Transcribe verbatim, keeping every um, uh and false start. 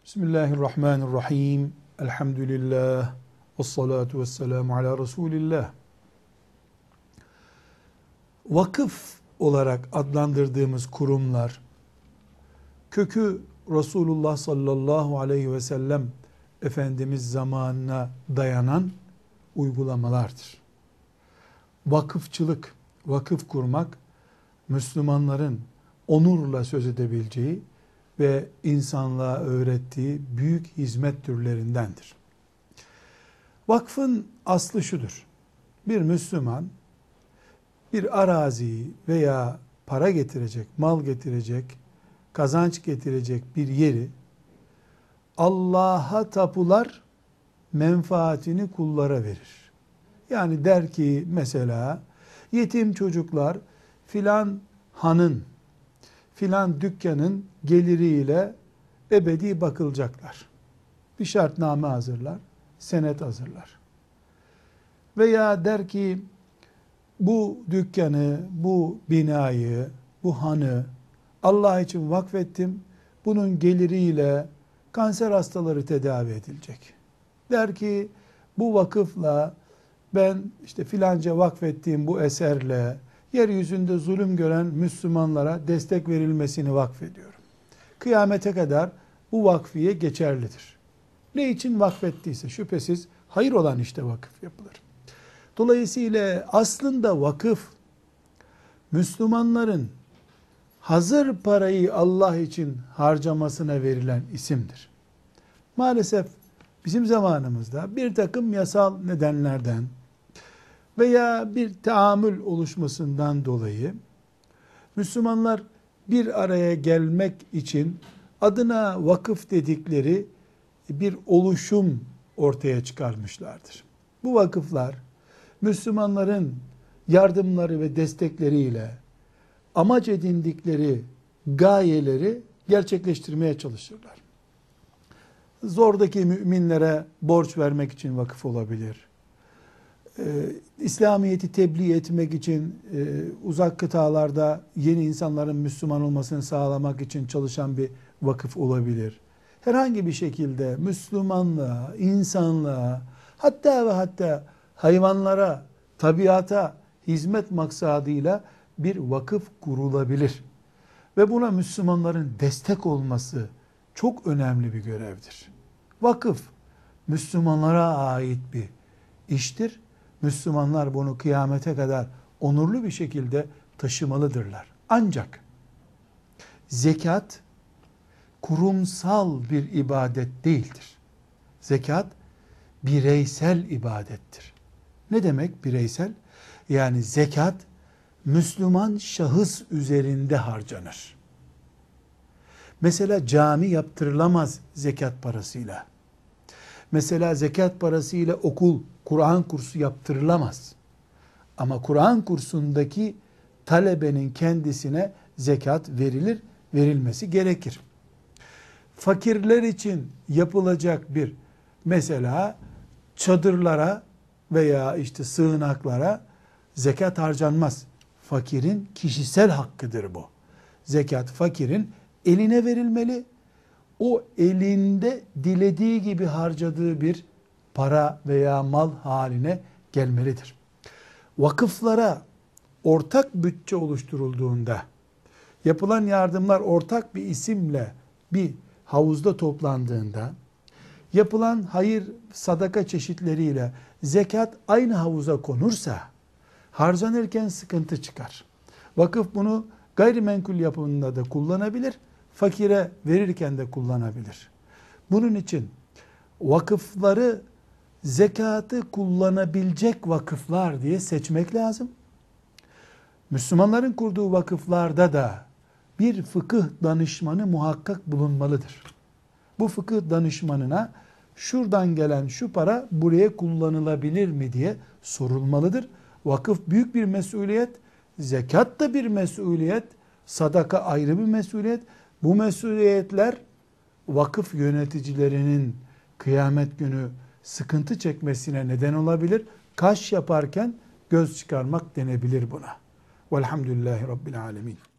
Bismillahirrahmanirrahim. Elhamdülillah. Vessalatu vesselamu ala Resulillah. Vakıf olarak adlandırdığımız kurumlar, kökü Resulullah sallallahu aleyhi ve sellem Efendimiz zamanına dayanan uygulamalardır. Vakıfçılık, vakıf kurmak, Müslümanların onurla söz edebileceği ve insanlığa öğrettiği büyük hizmet türlerindendir. Vakfın aslı şudur: bir Müslüman bir araziyi veya para getirecek, mal getirecek, kazanç getirecek bir yeri Allah'a tapular, menfaatini kullara verir. Yani der ki mesela, yetim çocuklar filan hanın, filan dükkanın geliriyle ebedi bakılacaklar. Bir şartname hazırlar, senet hazırlar. Veya der ki, bu dükkanı, bu binayı, bu hanı Allah için vakfettim, bunun geliriyle kanser hastaları tedavi edilecek. Der ki, bu vakıfla ben işte filanca vakfettiğim bu eserle yeryüzünde zulüm gören Müslümanlara destek verilmesini vakfediyorum. Kıyamete kadar bu vakfiye geçerlidir. Ne için vakfettiyse şüphesiz hayır olan işte vakıf yapılır. Dolayısıyla aslında vakıf, Müslümanların hazır parayı Allah için harcamasına verilen isimdir. Maalesef bizim zamanımızda bir takım yasal nedenlerden veya bir tahammül oluşmasından dolayı Müslümanlar bir araya gelmek için adına vakıf dedikleri bir oluşum ortaya çıkarmışlardır. Bu vakıflar Müslümanların yardımları ve destekleriyle amaç edindikleri gayeleri gerçekleştirmeye çalışırlar. Zordaki müminlere borç vermek için vakıf olabilir. Ee, İslamiyet'i tebliğ etmek için e, uzak kıtalarda yeni insanların Müslüman olmasını sağlamak için çalışan bir vakıf olabilir. Herhangi bir şekilde Müslümanlığa, insanlığa, hatta ve hatta hayvanlara, tabiata hizmet maksadıyla bir vakıf kurulabilir. Ve buna Müslümanların destek olması çok önemli bir görevdir. Vakıf, Müslümanlara ait bir iştir. Müslümanlar bunu kıyamete kadar onurlu bir şekilde taşımalıdırlar. Ancak zekat kurumsal bir ibadet değildir. Zekat bireysel ibadettir. Ne demek bireysel? Yani zekat Müslüman şahıs üzerinde harcanır. Mesela cami yaptırılamaz zekat parasıyla. Mesela zekat parasıyla okul, Kur'an kursu yaptırılamaz. Ama Kur'an kursundaki talebenin kendisine zekat verilir, verilmesi gerekir. Fakirler için yapılacak bir, mesela çadırlara veya işte sığınaklara zekat harcanmaz. Fakirin kişisel hakkıdır bu. Zekat fakirin eline verilmeli. O elinde dilediği gibi harcadığı bir para veya mal haline gelmelidir. Vakıflara ortak bütçe oluşturulduğunda, yapılan yardımlar ortak bir isimle bir havuzda toplandığında, yapılan hayır, sadaka çeşitleriyle zekat aynı havuza konursa, harcanırken sıkıntı çıkar. Vakıf bunu gayrimenkul yapımında da kullanabilir, fakire verirken de kullanabilir. Bunun için vakıfları zekatı kullanabilecek vakıflar diye seçmek lazım. Müslümanların kurduğu vakıflarda da bir fıkıh danışmanı muhakkak bulunmalıdır. Bu fıkıh danışmanına şuradan gelen şu para buraya kullanılabilir mi diye sorulmalıdır. Vakıf büyük bir mesuliyet, zekat da bir mesuliyet, sadaka ayrı bir mesuliyet. Bu mesuliyetler vakıf yöneticilerinin kıyamet günü sıkıntı çekmesine neden olabilir. Kaş yaparken göz çıkarmak denebilir buna. Velhamdülillahi Rabbil alemin.